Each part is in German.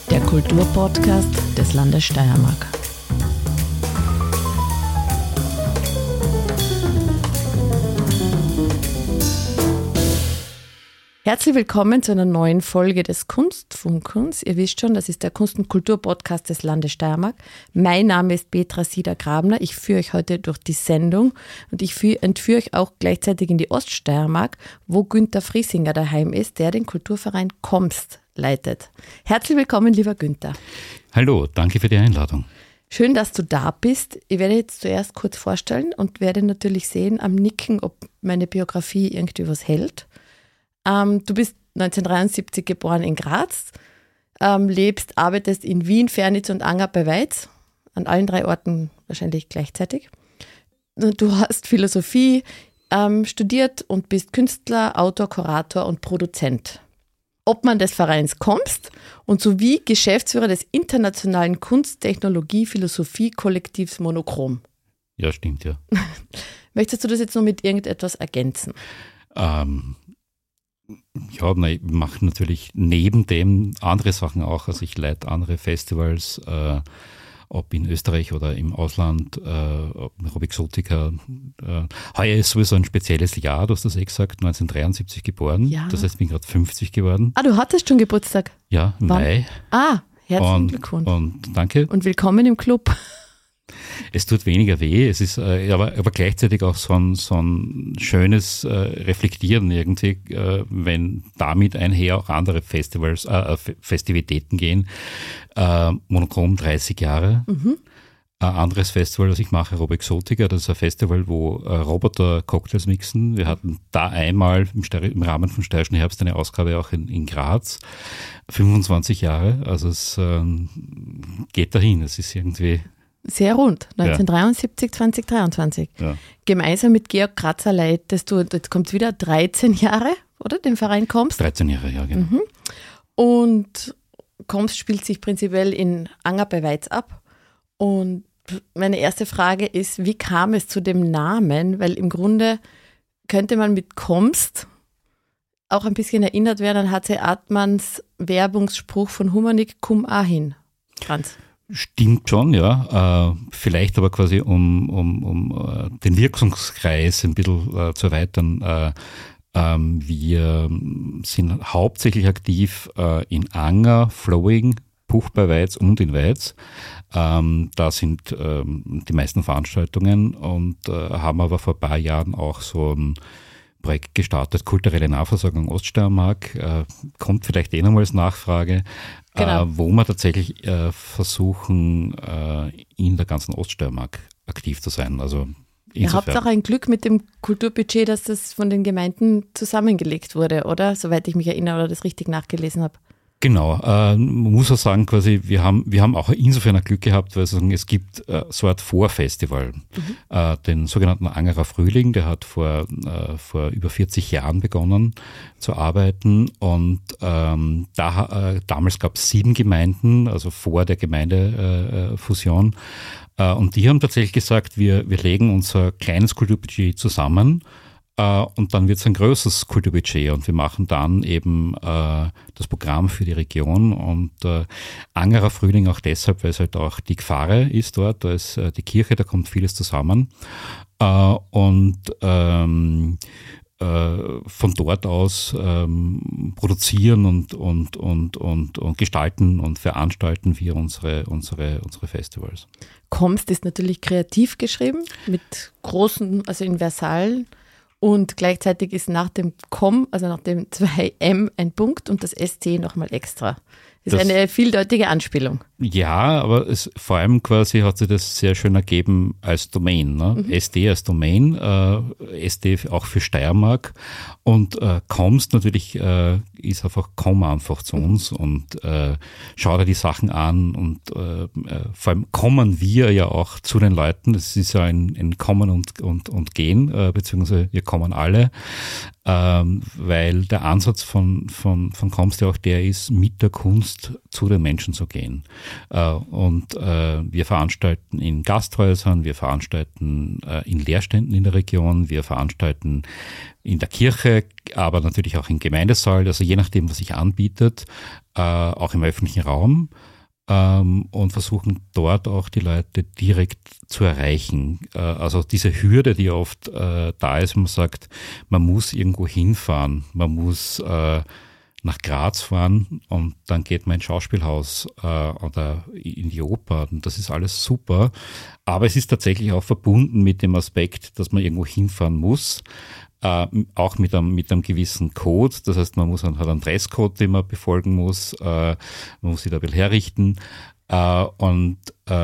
der Kulturpodcast des Landes Steiermark. Herzlich willkommen zu einer neuen Folge des Kunstfunkens. Ihr wisst schon, das ist der Kunst- und Kulturpodcast des Landes Steiermark. Mein Name ist Petra Sieder-Grabner. Ich führe euch heute durch die Sendung und ich entführe euch auch gleichzeitig in die Oststeiermark, wo Günther Friesinger daheim ist, der den Kulturverein KOMST leitet. Herzlich willkommen, lieber Günther. Hallo, danke für die Einladung. Schön, dass du da bist. Ich werde jetzt zuerst kurz vorstellen und werde natürlich sehen am Nicken, ob meine Biografie irgendwie was hält. Du bist 1973 geboren in Graz, lebst, arbeitest in Wien, Fernitz und Anger bei Weiz, an allen 3 Orten wahrscheinlich gleichzeitig. Du hast Philosophie studiert und bist Künstler, Autor, Kurator und Produzent. Obmann des Vereins KOMST und sowie Geschäftsführer des internationalen Kunst-Technologie-Philosophie-Kollektivs Monochrom. Ja, stimmt, ja. Möchtest du das jetzt noch mit irgendetwas ergänzen? Ja, ich mache natürlich neben dem andere Sachen auch. Also ich leite andere Festivals, ob in Österreich oder im Ausland, Robexotica. Heuer ist sowieso ein spezielles Jahr, du hast das gesagt, 1973 geboren. Ja. Das heißt, ich bin gerade 50 geworden. Ah, du hattest schon Geburtstag? Ja, im Mai. Ah, herzlichen Glückwunsch. Und danke. Und willkommen im Club. Es tut weniger weh, es ist aber gleichzeitig auch so ein schönes Reflektieren irgendwie, wenn damit einher auch andere Festivitäten gehen. Monochrom 30 Jahre. Mhm. Ein anderes Festival, das ich mache, Robexotica, das ist ein Festival, wo Roboter Cocktails mixen. Wir hatten da einmal im Rahmen vom Steirischen Herbst eine Ausgabe auch in Graz. 25 Jahre, also es geht dahin, es ist irgendwie... Sehr rund, 1973, 2023. Ja. Gemeinsam mit Georg Grazer leitest du, jetzt kommt wieder 13 Jahre, oder? Den Verein KOMST? 13 Jahre, ja, genau. Mhm. Und KOMST spielt sich prinzipiell in Anger bei Weiz ab. Und meine erste Frage ist, wie kam es zu dem Namen? Weil im Grunde könnte man mit KOMST auch ein bisschen erinnert werden an H.C. Artmanns Werbungsspruch von Humanik cum ahin. Franz. Stimmt schon, ja. Vielleicht aber quasi, um den Wirkungskreis ein bisschen zu erweitern. Wir sind hauptsächlich aktiv in Anger, Flowing, Puch bei Weiz und in Weiz. Da sind die meisten Veranstaltungen und haben aber vor ein paar Jahren auch so ein Projekt gestartet, kulturelle Nahversorgung Oststeiermark, kommt vielleicht nochmal als Nachfrage, genau. Wo wir tatsächlich versuchen, in der ganzen Oststeiermark aktiv zu sein. Also ihr habt auch ein Glück mit dem Kulturbudget, dass das von den Gemeinden zusammengelegt wurde, oder? Soweit ich mich erinnere oder das richtig nachgelesen habe. Genau, man muss auch sagen, quasi, wir haben auch insofern ein Glück gehabt, weil es gibt so eine Art Vorfestival, den sogenannten Angerer Frühling, der hat vor über 40 Jahren begonnen zu arbeiten und damals gab es 7 Gemeinden, also vor der Gemeindefusion, und die haben tatsächlich gesagt, wir legen unser kleines Kulturbudget zusammen. Und dann wird es ein größeres Kulturbudget und wir machen dann eben das Programm für die Region und Angerer Frühling auch deshalb, weil es halt auch die Pfarre ist dort, da ist die Kirche, da kommt vieles zusammen und von dort aus produzieren und gestalten und veranstalten wir unsere Festivals. KOMST ist natürlich kreativ geschrieben mit großen, also in Versalen. Und gleichzeitig ist nach dem KOM, also nach dem 2M ein Punkt und das ST nochmal extra. Das ist eine vieldeutige Anspielung. Ja, aber vor allem quasi hat sich das sehr schön ergeben als Domain. Ne? Mhm. SD als Domain, SD auch für Steiermark und KOMST natürlich ist einfach, komm einfach zu uns und schau dir die Sachen an und vor allem kommen wir ja auch zu den Leuten. Das ist ja ein Kommen und Gehen, beziehungsweise wir kommen alle. Weil der Ansatz von KOMST ja auch der ist, mit der Kunst zu den Menschen zu gehen. Und wir veranstalten in Gasthäusern, wir veranstalten in Lehrständen in der Region, wir veranstalten in der Kirche, aber natürlich auch im Gemeindesaal, also je nachdem, was sich anbietet. auch im öffentlichen Raum, und versuchen dort auch die Leute direkt zu erreichen. Also diese Hürde, die oft da ist, wenn man sagt, man muss irgendwo hinfahren, man muss nach Graz fahren und dann geht man ins Schauspielhaus oder in die Oper. Und das ist alles super. Aber es ist tatsächlich auch verbunden mit dem Aspekt, dass man irgendwo hinfahren muss. Auch mit einem gewissen Code. Das heißt, man hat einen Dresscode, den man befolgen muss. Man muss sich da ein bisschen herrichten. Und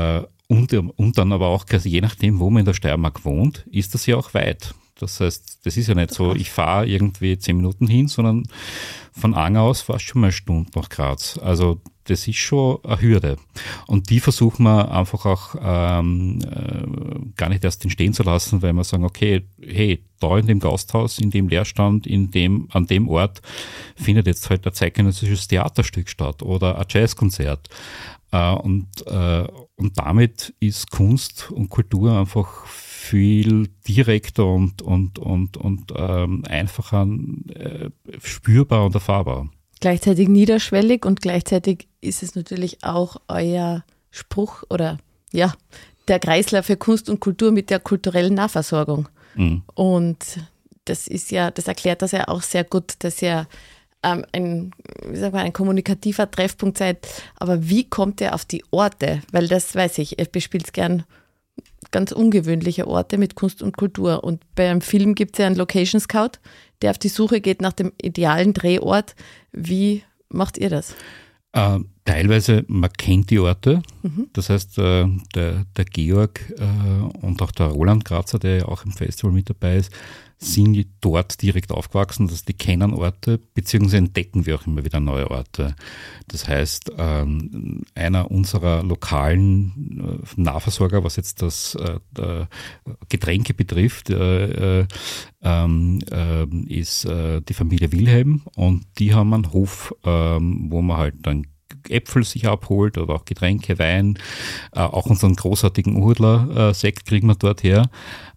dann aber auch, je nachdem, wo man in der Steiermark wohnt, ist das ja auch weit. Das heißt, das ist ja nicht so, ich fahre irgendwie 10 Minuten hin, sondern von Anger aus fast schon mal eine Stunde nach Graz. Also das ist schon eine Hürde. Und die versuchen wir einfach auch gar nicht erst entstehen zu lassen, weil wir sagen, okay, hey, da in dem Gasthaus, in dem Leerstand, an dem Ort findet jetzt halt ein zeitgenössisches Theaterstück statt oder ein Jazzkonzert. Und damit ist Kunst und Kultur einfach viel direkter und einfacher spürbar und erfahrbar. Gleichzeitig niederschwellig und gleichzeitig ist es natürlich auch euer Spruch oder ja, der Kreislauf für Kunst und Kultur mit der kulturellen Nahversorgung. Mhm. Und das erklärt das ja auch sehr gut, dass ihr ein kommunikativer Treffpunkt seid. Aber wie kommt ihr auf die Orte? Weil das weiß ich, ihr bespielt gern ganz ungewöhnliche Orte mit Kunst und Kultur. Und beim Film gibt es ja einen Location Scout, der auf die Suche geht nach dem idealen Drehort. Wie macht ihr das? Teilweise, man kennt die Orte. Das heißt, der Georg und auch der Roland Grazer, der ja auch im Festival mit dabei ist, sind dort direkt aufgewachsen. Das heißt, die kennen Orte, beziehungsweise entdecken wir auch immer wieder neue Orte. Das heißt, einer unserer lokalen Nahversorger, was jetzt das Getränke betrifft, ist die Familie Wilhelm, und die haben einen Hof, wo man halt dann Äpfel sich abholt oder auch Getränke, Wein, auch unseren großartigen Urhudler-Sekt kriegen wir dort her.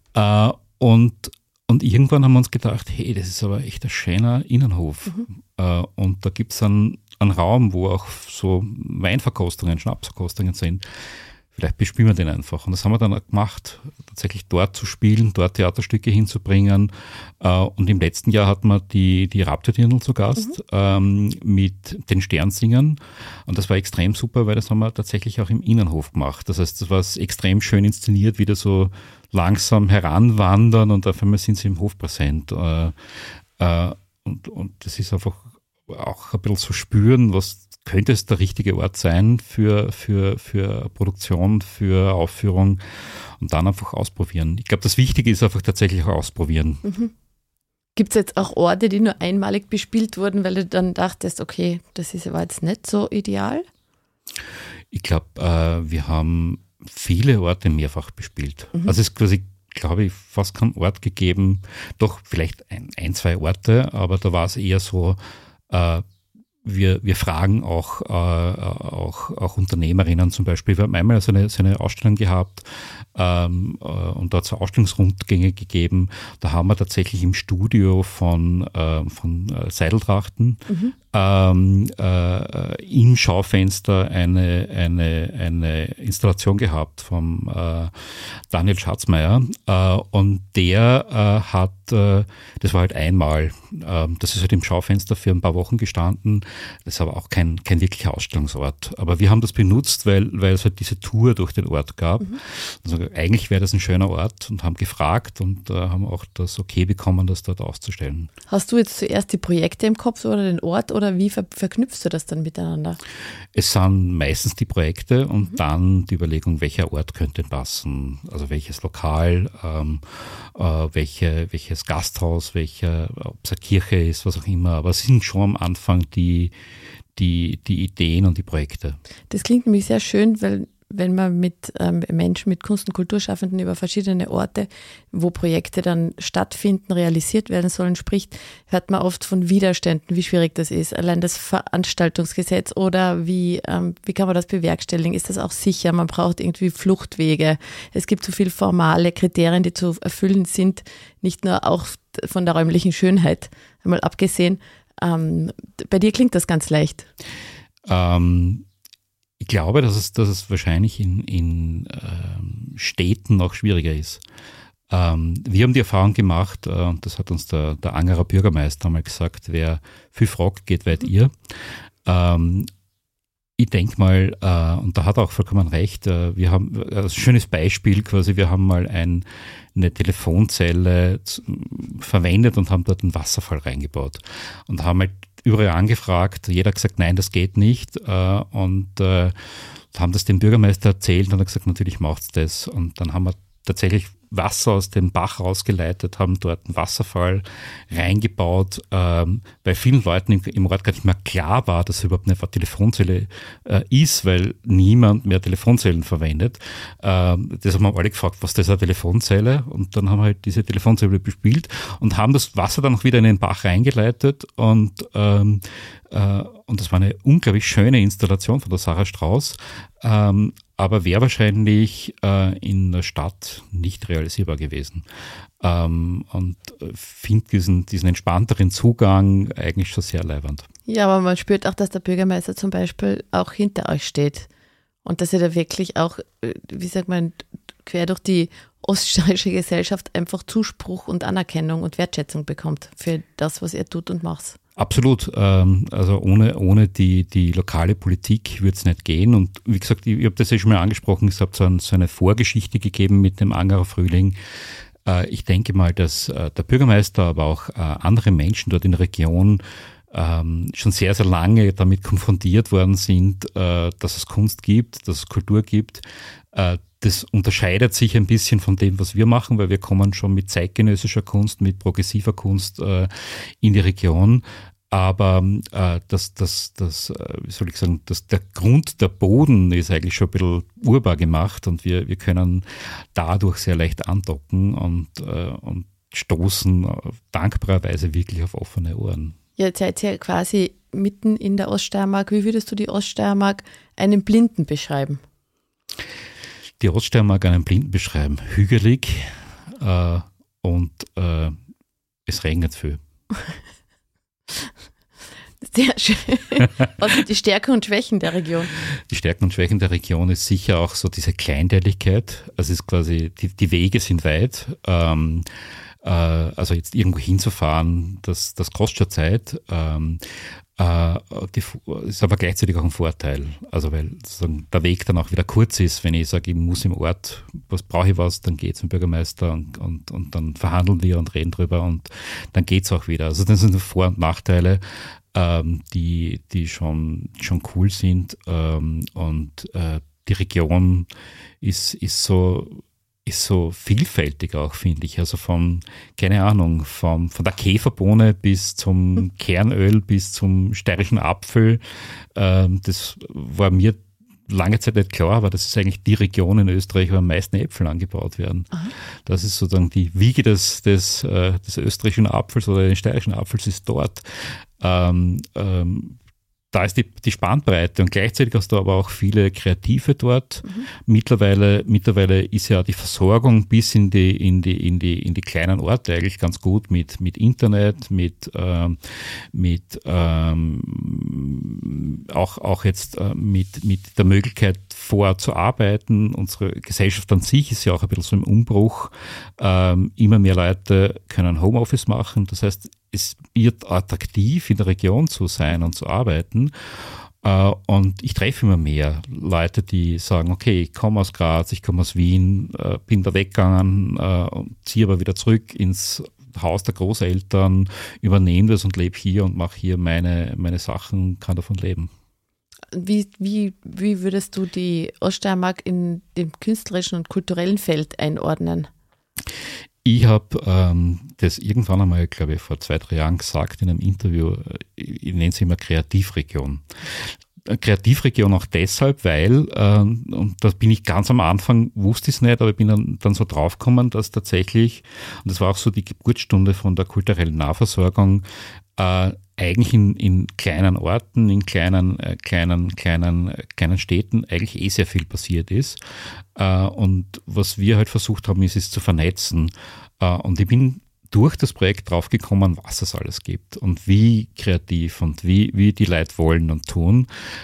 Und irgendwann haben wir uns gedacht, hey, das ist aber echt ein schöner Innenhof. Und da gibt es einen Raum, wo auch so Weinverkostungen, Schnapsverkostungen sind. Vielleicht bespielen wir den einfach. Und das haben wir dann auch gemacht, tatsächlich dort zu spielen, dort Theaterstücke hinzubringen. Und im letzten Jahr hatten wir die Raptordirndl zu Gast mit den Sternsingern. Und das war extrem super, weil das haben wir tatsächlich auch im Innenhof gemacht. Das heißt, das war extrem schön inszeniert, wieder so langsam heranwandern, und auf einmal sind sie im Hof präsent. Und das ist einfach auch ein bisschen zu spüren, was könnte es der richtige Ort sein für Produktion, für Aufführung, und dann einfach ausprobieren. Ich glaube, das Wichtige ist einfach tatsächlich auch ausprobieren. Gibt es jetzt auch Orte, die nur einmalig bespielt wurden, weil du dann dachtest, okay, das war jetzt nicht so ideal? Ich glaube, wir haben viele Orte mehrfach bespielt. Also es ist quasi, glaube ich, fast kein Ort gegeben, doch vielleicht ein, zwei Orte, aber da war es eher so, wir fragen auch Unternehmerinnen zum Beispiel. Wir haben einmal so eine Ausstellung gehabt und dort so Ausstellungsrundgänge gegeben. Da haben wir tatsächlich im Studio von Seideltrachten im Schaufenster eine Installation gehabt vom Daniel Schatzmeier, und der hat, das war halt einmal, das ist halt im Schaufenster für ein paar Wochen gestanden. Das ist aber auch kein wirklicher Ausstellungsort. Aber wir haben das benutzt, weil es halt diese Tour durch den Ort gab. Also eigentlich wäre das ein schöner Ort, und haben gefragt und haben auch das Okay bekommen, das dort auszustellen. Hast du jetzt zuerst die Projekte im Kopf oder den Ort, oder wie verknüpfst du das dann miteinander? Es sind meistens die Projekte und dann die Überlegung, welcher Ort könnte passen. Also welches Lokal, welches Gasthaus, ob es eine Kirche ist, was auch immer. Aber es sind schon am Anfang die Ideen und die Projekte. Das klingt nämlich sehr schön, weil wenn man mit Menschen, mit Kunst- und Kulturschaffenden über verschiedene Orte, wo Projekte dann stattfinden, realisiert werden sollen, spricht, hört man oft von Widerständen, wie schwierig das ist. Allein das Veranstaltungsgesetz, oder wie kann man das bewerkstelligen? Ist das auch sicher? Man braucht irgendwie Fluchtwege. Es gibt so viele formale Kriterien, die zu erfüllen sind, nicht nur auch von der räumlichen Schönheit, einmal abgesehen. Bei dir klingt das ganz leicht. Ich glaube, dass es wahrscheinlich in Städten noch schwieriger ist. Wir haben die Erfahrung gemacht, das hat uns der Angerer Bürgermeister einmal gesagt, wer viel fragt, geht weit ihr. Ich denke mal, und da hat er auch vollkommen recht, wir haben ein schönes Beispiel quasi, wir haben mal eine Telefonzelle verwendet und haben dort einen Wasserfall reingebaut und haben halt überall angefragt, jeder hat gesagt, nein, das geht nicht und haben das dem Bürgermeister erzählt und er hat gesagt, natürlich macht's das und dann haben wir tatsächlich Wasser aus dem Bach rausgeleitet, haben dort einen Wasserfall reingebaut, weil vielen Leuten im Ort gar nicht mehr klar war, dass es überhaupt eine Telefonzelle ist, weil niemand mehr Telefonzellen verwendet. Das haben wir alle gefragt, was ist das, eine Telefonzelle? Und dann haben wir halt diese Telefonzelle bespielt und haben das Wasser dann auch wieder in den Bach reingeleitet und das war eine unglaublich schöne Installation von der Sarah Strauß, aber wäre wahrscheinlich in der Stadt nicht realisierbar gewesen. Und finde diesen entspannteren Zugang eigentlich schon sehr leiwand. Ja, aber man spürt auch, dass der Bürgermeister zum Beispiel auch hinter euch steht und dass er da wirklich auch, wie sagt man, quer durch die oststeirische Gesellschaft einfach Zuspruch und Anerkennung und Wertschätzung bekommt für das, was ihr tut und macht. Absolut. Also ohne die lokale Politik würde es nicht gehen. Und wie gesagt, ich habe das ja schon mal angesprochen, es hat so eine Vorgeschichte gegeben mit dem Angerer Frühling. Ich denke mal, dass der Bürgermeister, aber auch andere Menschen dort in der Region schon sehr, sehr lange damit konfrontiert worden sind, dass es Kunst gibt, dass es Kultur gibt. Das unterscheidet sich ein bisschen von dem, was wir machen, weil wir kommen schon mit zeitgenössischer Kunst, mit progressiver Kunst in die Region. Aber wie soll ich sagen, der Grund, der Boden ist eigentlich schon ein bisschen urbar gemacht und wir können dadurch sehr leicht andocken und stoßen dankbarerweise wirklich auf offene Ohren. Ja, jetzt seid ihr quasi mitten in der Oststeiermark. Wie würdest du die Oststeiermark einem Blinden beschreiben? Die Oststeiermark einem Blinden beschreiben. Hügelig und es regnet viel. Sehr schön. Was sind die Stärken und Schwächen der Region? Die Stärken und Schwächen der Region ist sicher auch so diese Kleinteiligkeit. Also es ist quasi, die Wege sind weit. Also jetzt irgendwo hinzufahren, das kostet schon Zeit. Ist aber gleichzeitig auch ein Vorteil. Also weil sozusagen der Weg dann auch wieder kurz ist, wenn ich sage, ich muss im Ort, brauche ich was, dann gehe ich zum Bürgermeister und dann verhandeln wir und reden drüber und dann geht's auch wieder. Also das sind Vor- und Nachteile, die schon cool sind und die Region ist so vielfältig auch, finde ich. Also von der Käferbohne bis zum Kernöl, bis zum steirischen Apfel. Das war mir lange Zeit nicht klar, aber das ist eigentlich die Region in Österreich, wo am meisten Äpfel angebaut werden. Aha. Das ist sozusagen die Wiege des österreichischen Apfels oder des steirischen Apfels ist dort. Da ist die Spannbreite und gleichzeitig hast du aber auch viele Kreative dort. Mhm. Mittlerweile ist ja die Versorgung bis in die kleinen Orte eigentlich ganz gut mit Internet, auch jetzt mit der Möglichkeit vor Ort zu arbeiten. Unsere Gesellschaft an sich ist ja auch ein bisschen so im Umbruch. Immer mehr Leute können Homeoffice machen. Das heißt, es wird attraktiv, in der Region zu sein und zu arbeiten. Und ich treffe immer mehr Leute, die sagen, okay, ich komme aus Graz, ich komme aus Wien, bin da weggegangen, ziehe aber wieder zurück ins Haus der Großeltern, übernehme das und lebe hier und mache hier meine Sachen, kann davon leben. Wie würdest du die Oststeiermark in dem künstlerischen und kulturellen Feld einordnen? Ich habe das irgendwann einmal, glaube ich, vor 2-3 Jahren gesagt in einem Interview, ich nenne es immer Kreativregion. Kreativregion auch deshalb, weil, und da bin ich ganz am Anfang, wusste ich es nicht, aber ich bin dann so draufgekommen, dass tatsächlich, und das war auch so die Geburtsstunde von der kulturellen Nahversorgung, eigentlich in kleinen Orten, in kleinen Städten eigentlich sehr viel passiert ist. Und was wir halt versucht haben, ist es zu vernetzen. Und ich bin durch das Projekt draufgekommen, was es alles gibt und wie kreativ und wie die Leute wollen und tun.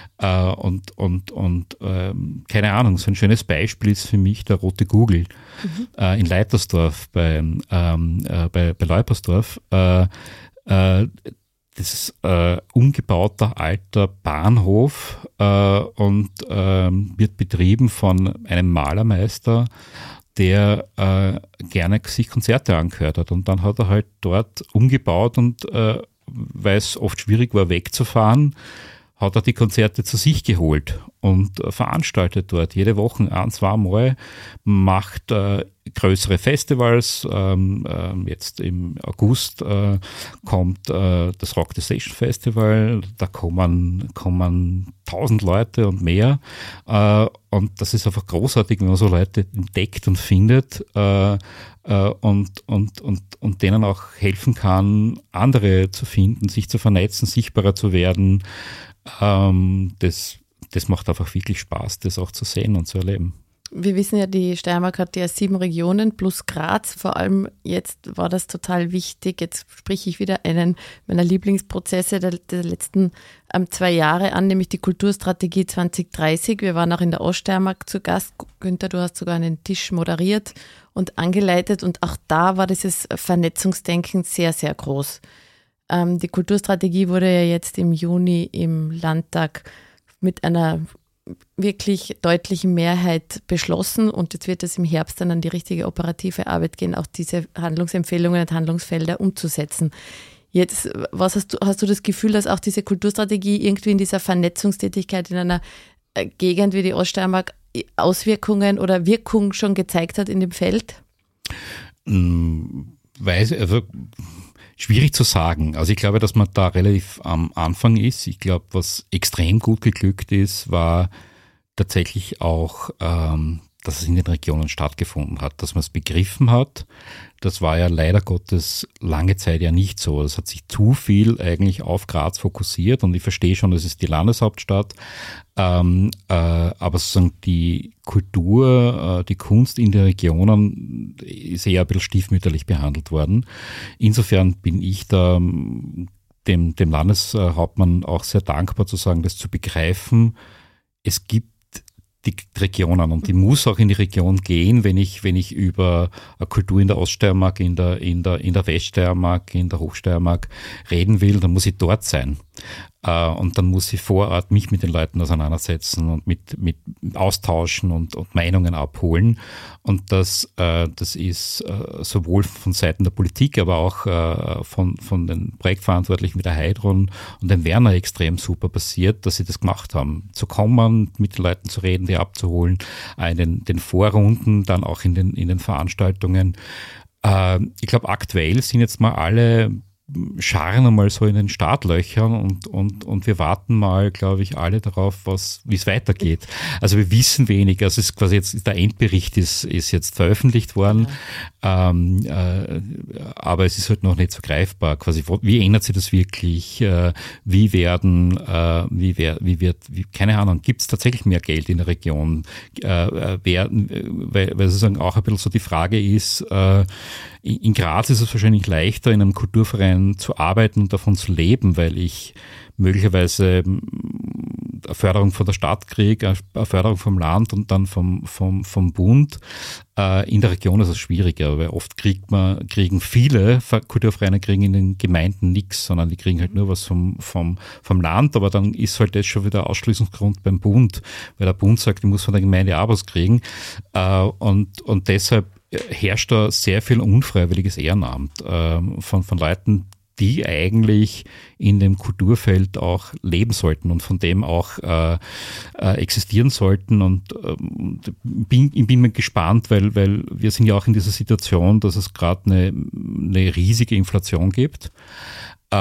Keine Ahnung, so ein schönes Beispiel ist für mich der Rote Gugel in Leitersdorf bei Leupersdorf. Das ist umgebauter alter Bahnhof und wird betrieben von einem Malermeister, der gerne sich Konzerte angehört hat. Und dann hat er halt dort umgebaut und weil es oft schwierig war, wegzufahren, hat er die Konzerte zu sich geholt und veranstaltet dort jede Woche 1-2 Mal, macht größere Festivals. Jetzt im August kommt das Rock the Station Festival, da kommen 1000 Leute und mehr. Und das ist einfach großartig, wenn man so Leute entdeckt und findet und denen auch helfen kann, andere zu finden, sich zu vernetzen, sichtbarer zu werden. Das macht einfach wirklich Spaß, das auch zu sehen und zu erleben. Wir wissen ja, die Steiermark hat ja 7 Regionen plus Graz. Vor allem jetzt war das total wichtig. Jetzt spreche ich wieder einen meiner Lieblingsprozesse der letzten 2 Jahre an, nämlich die Kulturstrategie 2030. Wir waren auch in der Oststeiermark zu Gast. Günther, du hast sogar einen Tisch moderiert und angeleitet. Und auch da war dieses Vernetzungsdenken sehr, sehr groß. Die Kulturstrategie wurde ja jetzt im Juni im Landtag mit einer wirklich deutlichen Mehrheit beschlossen und jetzt wird es im Herbst dann an die richtige operative Arbeit gehen, auch diese Handlungsempfehlungen und Handlungsfelder umzusetzen. Jetzt, hast du das Gefühl, dass auch diese Kulturstrategie irgendwie in dieser Vernetzungstätigkeit in einer Gegend wie die Oststeiermark Auswirkungen oder Wirkung schon gezeigt hat in dem Feld? Schwierig zu sagen. Also ich glaube, dass man da relativ am Anfang ist. Ich glaube, was extrem gut geglückt ist, war tatsächlich auch, dass es in den Regionen stattgefunden hat, dass man es begriffen hat. Das war ja leider Gottes lange Zeit ja nicht so. Das hat sich zu viel eigentlich auf Graz fokussiert und ich verstehe schon, das ist die Landeshauptstadt, aber sozusagen die Kultur, die Kunst in den Regionen ist eher ein bisschen stiefmütterlich behandelt worden. Insofern bin ich da dem Landeshauptmann auch sehr dankbar zu sagen, das zu begreifen. Es gibt die Regionen und die muss auch in die Region gehen, wenn ich über eine Kultur in der Oststeiermark, in der Weststeiermark, in der Hochsteiermark reden will, dann muss ich dort sein. Und dann muss ich vor Ort mich mit den Leuten auseinandersetzen und mit austauschen und Meinungen abholen. Und das ist sowohl von Seiten der Politik, aber auch von den Projektverantwortlichen wie der Heidrun und dem Werner extrem super passiert, dass sie das gemacht haben. Zu kommen, mit den Leuten zu reden, die abzuholen, in den Vorrunden, dann auch in den Veranstaltungen. Ich glaube, aktuell sind jetzt mal alle scharren einmal so in den Startlöchern und wir warten mal, glaube ich, alle darauf, wie es weitergeht. Also wir wissen wenig, also es ist quasi jetzt, der Endbericht ist jetzt veröffentlicht worden, aber es ist halt noch nicht so greifbar. Quasi, wie ändert sich das wirklich? Keine Ahnung, gibt es tatsächlich mehr Geld in der Region? Weil sozusagen auch ein bisschen so die Frage ist, in Graz ist es wahrscheinlich leichter, in einem Kulturverein zu arbeiten und davon zu leben, weil ich möglicherweise eine Förderung von der Stadt kriege, eine Förderung vom Land und dann vom Bund. In der Region ist es schwieriger, weil oft kriegen viele Kulturvereine in den Gemeinden nichts, sondern die kriegen halt nur was vom Land, aber dann ist halt das schon wieder Ausschließungsgrund beim Bund, weil der Bund sagt, ich muss von der Gemeinde auch was kriegen. Und deshalb herrscht da sehr viel unfreiwilliges Ehrenamt von Leuten, die eigentlich in dem Kulturfeld auch leben sollten und von dem auch existieren sollten. Und ich bin mal gespannt, weil wir sind ja auch in dieser Situation, dass es gerade eine riesige Inflation gibt.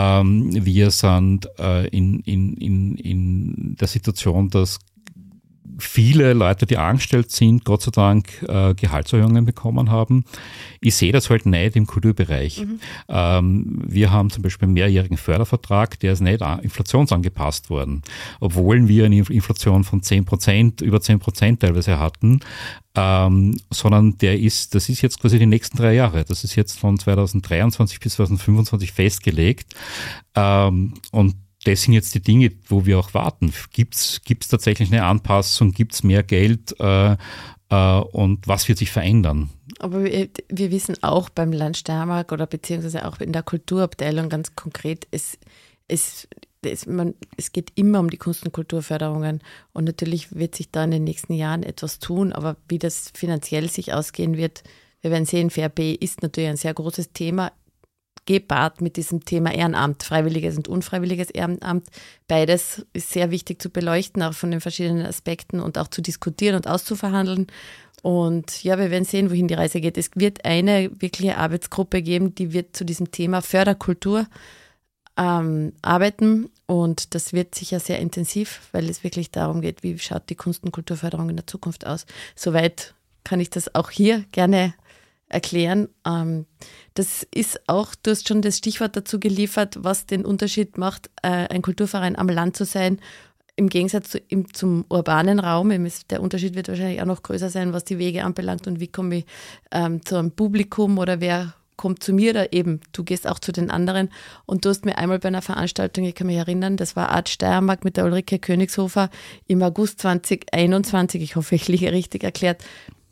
Wir sind in der Situation, dass viele Leute, die angestellt sind, Gott sei Dank Gehaltserhöhungen bekommen haben. Ich sehe das halt nicht im Kulturbereich. Wir haben zum Beispiel einen mehrjährigen Fördervertrag, der ist nicht inflationsangepasst worden, obwohl wir eine Inflation von 10%, über 10% teilweise hatten. Sondern das ist jetzt quasi die nächsten 3 Jahre. Das ist jetzt von 2023 bis 2025 festgelegt. Und das sind jetzt die Dinge, wo wir auch warten. Gibt's tatsächlich eine Anpassung? Gibt's mehr Geld? Und was wird sich verändern? Aber wir wissen auch beim Land Steiermark oder beziehungsweise auch in der Kulturabteilung ganz konkret, es geht immer um die Kunst- und Kulturförderungen und natürlich wird sich da in den nächsten Jahren etwas tun, aber wie das finanziell sich ausgehen wird, wir werden sehen, FRB ist natürlich ein sehr großes Thema, gepaart mit diesem Thema Ehrenamt, freiwilliges und unfreiwilliges Ehrenamt. Beides ist sehr wichtig zu beleuchten, auch von den verschiedenen Aspekten und auch zu diskutieren und auszuverhandeln. Und ja, wir werden sehen, wohin die Reise geht. Es wird eine wirkliche Arbeitsgruppe geben, die wird zu diesem Thema Förderkultur arbeiten und das wird sicher sehr intensiv, weil es wirklich darum geht, wie schaut die Kunst- und Kulturförderung in der Zukunft aus. Soweit kann ich das auch hier gerne erklären. Das ist auch, du hast schon das Stichwort dazu geliefert, was den Unterschied macht, ein Kulturverein am Land zu sein, im Gegensatz zum urbanen Raum. Der Unterschied wird wahrscheinlich auch noch größer sein, was die Wege anbelangt und wie komme ich zu einem Publikum oder wer kommt zu mir oder eben, du gehst auch zu den anderen. Und du hast mir einmal bei einer Veranstaltung, ich kann mich erinnern, das war Art Steiermark mit der Ulrike Königshofer im August 2021, ich hoffe, ich liege richtig erklärt,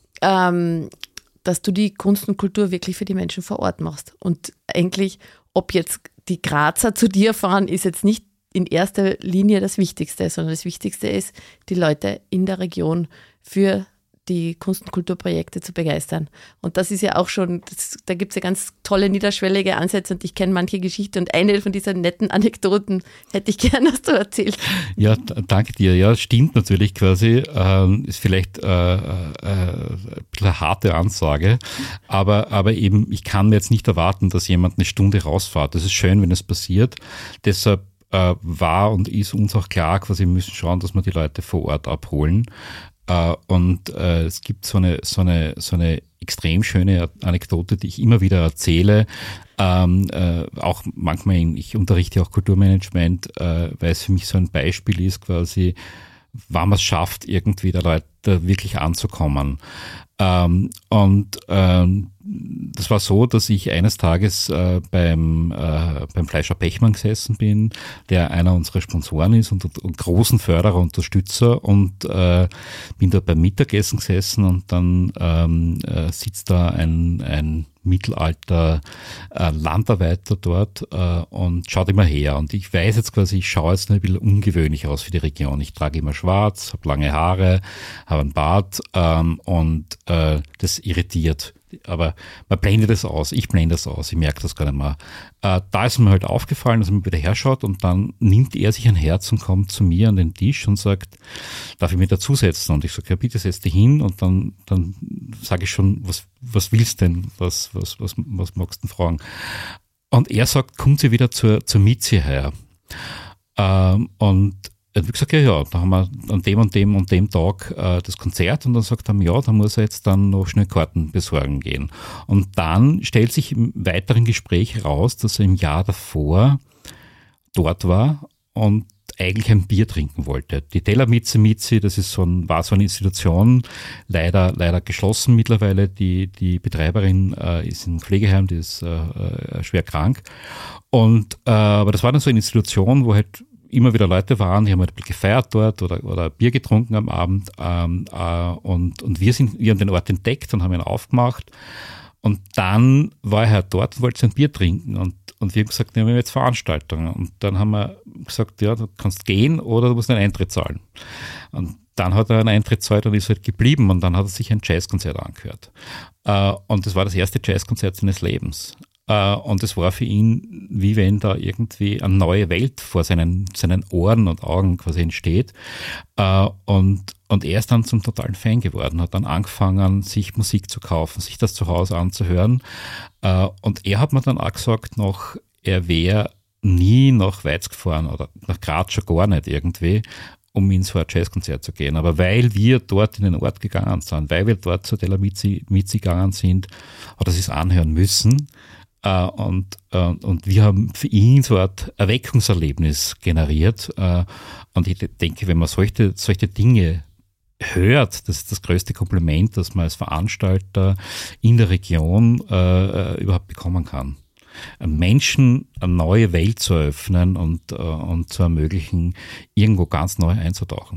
dass du die Kunst und Kultur wirklich für die Menschen vor Ort machst. Und eigentlich, ob jetzt die Grazer zu dir fahren, ist jetzt nicht in erster Linie das Wichtigste, sondern das Wichtigste ist, die Leute in der Region für die Kunst- und Kulturprojekte zu begeistern. Und das ist ja auch schon, da gibt es ja ganz tolle niederschwellige Ansätze und ich kenne manche Geschichten und eine von diesen netten Anekdoten hätte ich gerne, dass du erzählst. Ja, danke dir. Ja, stimmt natürlich quasi. Ist vielleicht ein bisschen eine harte Ansage, aber eben, ich kann mir jetzt nicht erwarten, dass jemand eine Stunde rausfährt. Das ist schön, wenn es passiert. Deshalb war und ist uns auch klar, quasi, wir müssen schauen, dass wir die Leute vor Ort abholen. Und es gibt so eine extrem schöne Anekdote, die ich immer wieder erzähle. Auch manchmal, ich unterrichte auch Kulturmanagement, weil es für mich so ein Beispiel ist, quasi, wann man es schafft, irgendwie der Leute wirklich anzukommen. Das war so, dass ich eines Tages beim Fleischer Pechmann gesessen bin, der einer unserer Sponsoren ist und großen Förderer, Unterstützer, und bin dort beim Mittagessen gesessen und dann sitzt da ein Mittelalter Landarbeiter dort und schaut immer her. Und ich weiß jetzt quasi, ich schaue jetzt ein bisschen ungewöhnlich aus für die Region. Ich trage immer schwarz, habe lange Haare, habe einen Bart und das irritiert. Aber man blendet das aus, ich blende das aus, ich merke das gar nicht mehr. Da ist mir halt aufgefallen, dass man wieder herschaut und dann nimmt er sich ein Herz und kommt zu mir an den Tisch und sagt, darf ich mich dazusetzen? Und ich sage, ja bitte setz dich hin, und dann sage ich schon, was willst denn, was magst du denn fragen? Und er sagt, kommt sie wieder zur Mizi her? Und er hat gesagt, ja, da haben wir an dem und dem Tag das Konzert, und dann sagt er, ja, da muss er jetzt dann noch schnell Karten besorgen gehen. Und dann stellt sich im weiteren Gespräch raus, dass er im Jahr davor dort war und eigentlich ein Bier trinken wollte. Die Tellermizi, das ist war so eine Institution, leider geschlossen mittlerweile. Die Betreiberin ist im Pflegeheim, die ist schwer krank. Aber das war dann so eine Institution, wo halt immer wieder Leute waren, die haben halt ein bisschen gefeiert dort oder Bier getrunken am Abend. Und wir haben den Ort entdeckt und haben ihn aufgemacht. Und dann war er halt dort und wollte sein Bier trinken. Und wir haben gesagt, wir haben jetzt Veranstaltungen. Und dann haben wir gesagt, ja, du kannst gehen oder du musst einen Eintritt zahlen. Und dann hat er einen Eintritt gezahlt und ist halt geblieben. Und dann hat er sich ein Jazzkonzert angehört. Und das war das erste Jazzkonzert seines Lebens. Und es war für ihn, wie wenn da irgendwie eine neue Welt vor seinen Ohren und Augen quasi entsteht. Und er ist dann zum totalen Fan geworden, hat dann angefangen, sich Musik zu kaufen, sich das zu Hause anzuhören. Und er hat mir dann auch gesagt, er wäre nie nach Weiz gefahren oder nach Graz schon gar nicht irgendwie, um in so ein Jazzkonzert zu gehen. Aber weil wir dort in den Ort gegangen sind, weil wir dort zur Della Mizzi gegangen sind, hat er sich anhören müssen. Und wir haben für ihn so eine Art Erweckungserlebnis generiert. Und ich denke, wenn man solche Dinge hört, das ist das größte Kompliment, das man als Veranstalter in der Region überhaupt bekommen kann. Menschen eine neue Welt zu eröffnen und zu ermöglichen, irgendwo ganz neu einzutauchen.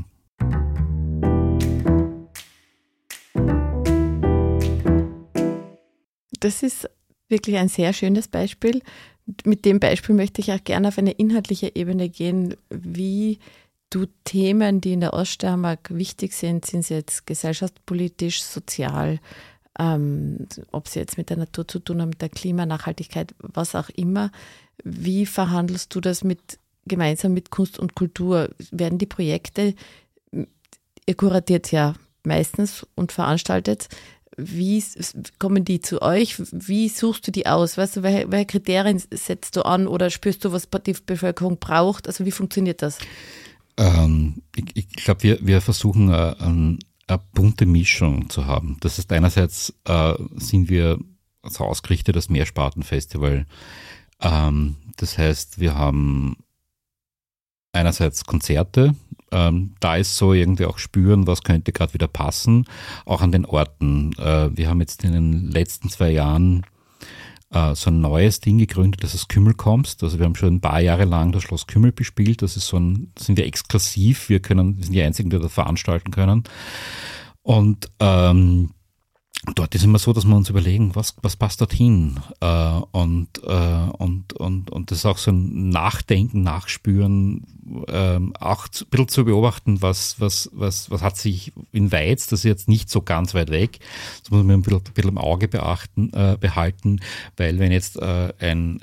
Das ist wirklich ein sehr schönes Beispiel. Mit dem Beispiel möchte ich auch gerne auf eine inhaltliche Ebene gehen, wie du Themen, die in der Oststeiermark wichtig sind, sind sie jetzt gesellschaftspolitisch, sozial, ob sie jetzt mit der Natur zu tun haben, mit der Klimanachhaltigkeit, was auch immer. Wie verhandelst du das gemeinsam mit Kunst und Kultur? Werden die Projekte, ihr kuratiert ja meistens und veranstaltet, wie kommen die zu euch? Wie suchst du die aus? Weißt du, welche Kriterien setzt du an oder spürst du, was die Bevölkerung braucht? Also wie funktioniert das? Ich glaube, wir versuchen eine bunte Mischung zu haben. Das ist einerseits sind wir so ausgerichtet als Mehrspartenfestival. Das heißt, wir haben einerseits Konzerte, da ist so irgendwie auch spüren, was könnte gerade wieder passen, auch an den Orten. Wir haben jetzt in den letzten 2 Jahren so ein neues Ding gegründet, das ist Kümmelkommst. Also wir haben schon ein paar Jahre lang das Schloss Kümmel bespielt. Das ist sind wir exklusiv. Wir sind die Einzigen, die das veranstalten können. Und dort ist immer so, dass wir uns überlegen, was passt dorthin? Und das ist auch so ein Nachdenken, Nachspüren, auch ein bisschen zu beobachten, was hat sich in Weiz, das ist jetzt nicht so ganz weit weg, das muss man ein bisschen im Auge behalten, weil wenn jetzt ein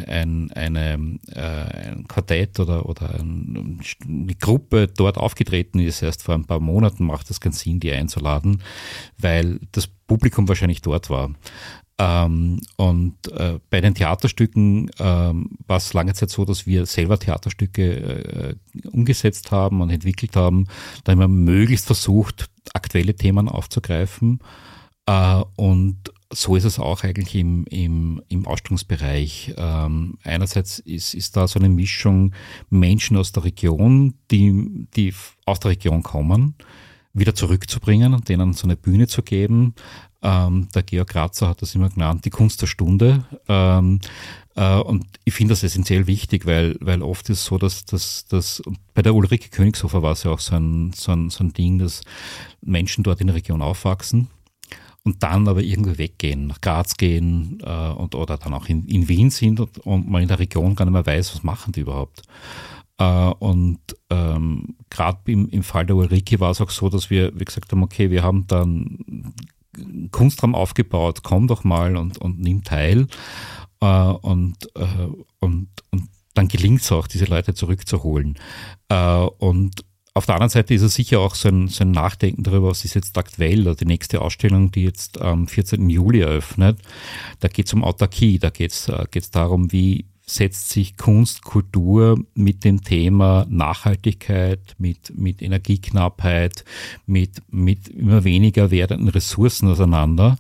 Quartett oder eine Gruppe dort aufgetreten ist, erst vor ein paar Monaten, macht das keinen Sinn, die einzuladen, weil das Publikum wahrscheinlich dort war. Und bei den Theaterstücken war es lange Zeit so, dass wir selber Theaterstücke umgesetzt haben und entwickelt haben. Da haben wir möglichst versucht, aktuelle Themen aufzugreifen. Und so ist es auch eigentlich im Ausstellungsbereich. Einerseits ist da so eine Mischung Menschen aus der Region, die aus der Region kommen, wieder zurückzubringen und denen so eine Bühne zu geben. Der Georg Grazer hat das immer genannt, die Kunst der Stunde. Und ich finde das essentiell wichtig, weil oft ist es so, dass bei der Ulrike Königshofer war es ja auch so ein Ding, dass Menschen dort in der Region aufwachsen und dann aber irgendwo weggehen, nach Graz gehen oder dann auch in Wien sind und man in der Region gar nicht mehr weiß, was machen die überhaupt. Und gerade im Fall der Ulrike war es auch so, dass wir gesagt haben, okay, wir haben dann Kunstraum aufgebaut, komm doch mal und nimm teil. Und dann gelingt es auch, diese Leute zurückzuholen. Und auf der anderen Seite ist es sicher auch so ein Nachdenken darüber, was ist jetzt aktuell. Die nächste Ausstellung, die jetzt am 14. Juli eröffnet, da geht es um Autarkie, da geht's darum, wie setzt sich Kunst, Kultur mit dem Thema Nachhaltigkeit, mit Energieknappheit, mit immer weniger werdenden Ressourcen auseinander.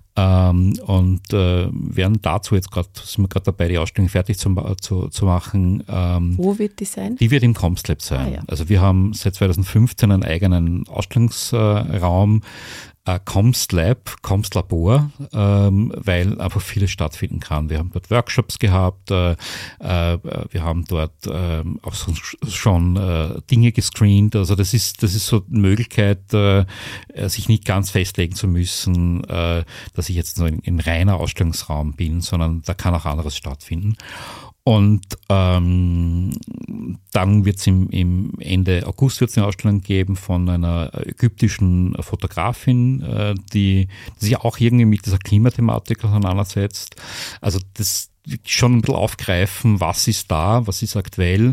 Und werden dazu jetzt sind wir gerade dabei, die Ausstellung fertig zu machen. Wo wird die sein? Die wird im Comstlab sein. Ja. Also wir haben seit 2015 einen eigenen Ausstellungsraum, Comstlab, Comstlabor, weil einfach vieles stattfinden kann. Wir haben dort Workshops gehabt, wir haben dort auch schon Dinge gescreent. Also das ist so eine Möglichkeit, sich nicht ganz festlegen zu müssen, dass ich jetzt so ein reiner Ausstellungsraum bin, sondern da kann auch anderes stattfinden. Und dann wird es im Ende August wird's eine Ausstellung geben von einer ägyptischen Fotografin, die sich auch irgendwie mit dieser Klimathematik auseinandersetzt. Also das schon ein bisschen aufgreifen, was ist da, was ist aktuell.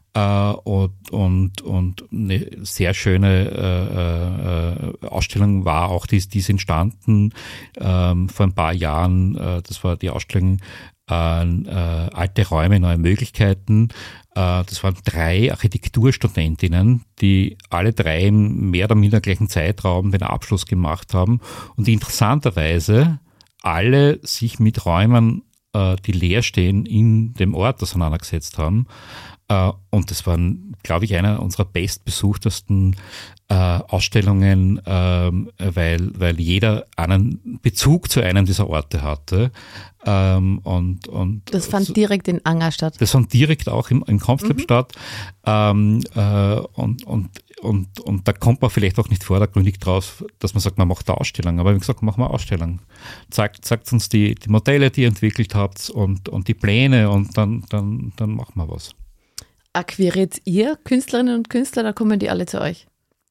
Und eine sehr schöne Ausstellung war auch, die ist entstanden vor ein paar Jahren. Das war die Ausstellung alte Räume, neue Möglichkeiten. Das waren 3 Architekturstudentinnen, die alle 3 im mehr oder minder gleichen Zeitraum den Abschluss gemacht haben und die interessanterweise alle sich mit Räumen, die leer stehen, in dem Ort auseinandergesetzt haben. Und das waren, glaube ich, einer unserer bestbesuchtesten Ausstellungen, weil jeder einen Bezug zu einem dieser Orte hatte. Das fand direkt in Anger statt. Das fand direkt auch im Comstrip statt. Und da kommt man vielleicht auch nicht vordergründig draus, dass man sagt, man macht eine Ausstellung. Aber wie gesagt, machen wir eine Ausstellung. Zeigt uns die Modelle, die ihr entwickelt habt und die Pläne und dann machen wir was. Akquiriert ihr Künstlerinnen und Künstler, da kommen die alle zu euch?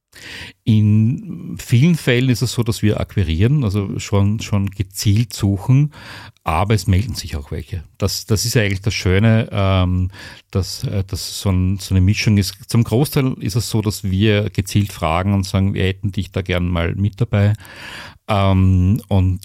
In vielen Fällen ist es so, dass wir akquirieren, also schon gezielt suchen, aber es melden sich auch welche. Das ist ja eigentlich das Schöne, dass so eine Mischung ist. Zum Großteil ist es so, dass wir gezielt fragen und sagen, wir hätten dich da gern mal mit dabei. Manchmal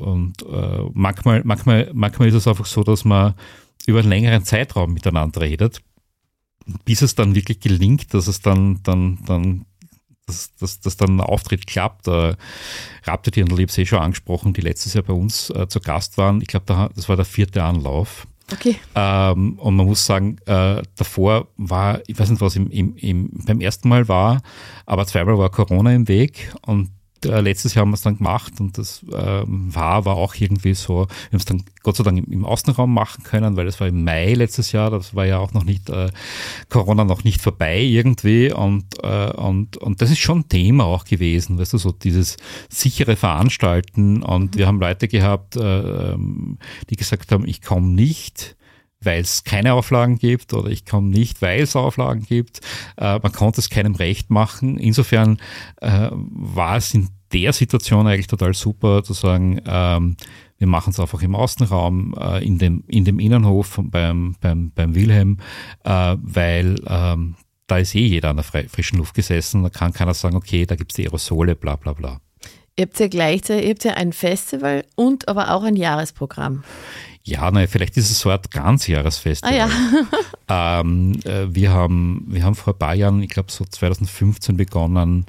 ist es einfach so, dass man über einen längeren Zeitraum miteinander redet, bis es dann wirklich gelingt, dass es dann ein Auftritt klappt. Raptor Dirndl, ich habe es schon angesprochen, die letztes Jahr bei uns zu Gast waren. Ich glaube, das war der 4. Anlauf. Okay. Und man muss sagen, davor war, ich weiß nicht, was beim ersten Mal war, aber zweimal war Corona im Weg und letztes Jahr haben wir es dann gemacht und das war auch irgendwie so, wir haben es dann Gott sei Dank im Außenraum machen können, weil das war im Mai letztes Jahr, das war ja auch noch nicht, Corona noch nicht vorbei irgendwie und das ist schon ein Thema auch gewesen, weißt du, so dieses sichere Veranstalten und wir haben Leute gehabt, die gesagt haben, ich komme nicht, weil es keine Auflagen gibt oder ich komme nicht, weil es Auflagen gibt. Man konnte es keinem recht machen. Insofern war es in der Situation eigentlich total super zu sagen, wir machen es einfach im Außenraum, in dem Innenhof beim Wilhelm, weil da ist jeder an der frischen Luft gesessen. Da kann keiner sagen, okay, da gibt es die Aerosole, bla bla bla. Ihr habt ja ein Festival und aber auch ein Jahresprogramm. Ja, vielleicht ist es so eine Ganzjahresfestival. Ah ja. Wir haben vor ein paar Jahren, ich glaube so 2015 begonnen,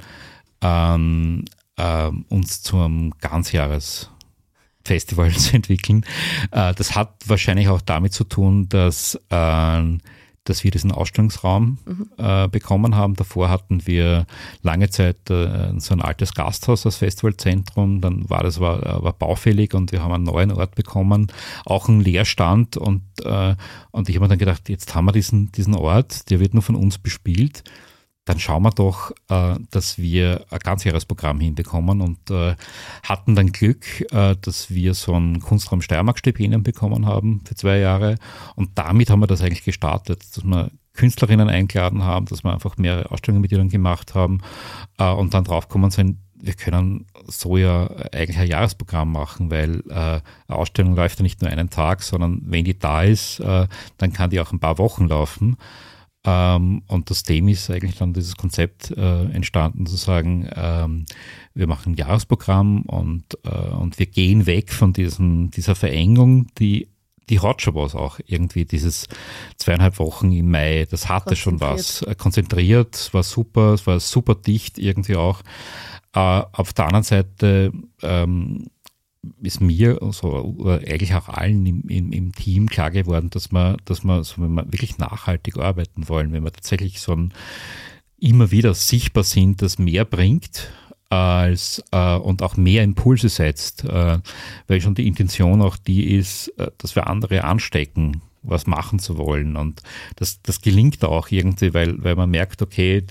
uns zum Ganzjahresfestival zu entwickeln. Das hat wahrscheinlich auch damit zu tun, dass wir diesen Ausstellungsraum bekommen haben. Davor hatten wir lange Zeit so ein altes Gasthaus als Festivalzentrum, dann war baufällig und wir haben einen neuen Ort bekommen, auch einen Leerstand und ich habe mir dann gedacht, jetzt haben wir diesen Ort, der wird nur von uns bespielt, dann schauen wir doch, dass wir ein Ganzjahresprogramm hinbekommen und hatten dann Glück, dass wir so ein Kunstraum Steiermark-Stipendien bekommen haben für 2 Jahre und damit haben wir das eigentlich gestartet, dass wir Künstlerinnen eingeladen haben, dass wir einfach mehrere Ausstellungen mit ihnen gemacht haben und dann draufgekommen sind, wir können so ja eigentlich ein Jahresprogramm machen, weil eine Ausstellung läuft ja nicht nur einen Tag, sondern wenn die da ist, dann kann die auch ein paar Wochen laufen. Und aus dem ist eigentlich dann dieses Konzept entstanden, zu sagen, wir machen ein Jahresprogramm und wir gehen weg von dieser Verengung, die hat schon was auch irgendwie, dieses 2,5 Wochen im Mai, das hatte schon was. Konzentriert, war super, es war super dicht irgendwie auch. Auf der anderen Seite ist mir oder eigentlich auch allen im Team klar geworden, dass man wenn wir wirklich nachhaltig arbeiten wollen, wenn wir tatsächlich immer wieder sichtbar sind, dass mehr bringt und auch mehr Impulse setzt, weil schon die Intention auch die ist, dass wir andere anstecken, was machen zu wollen und das gelingt auch irgendwie, weil man merkt, okay,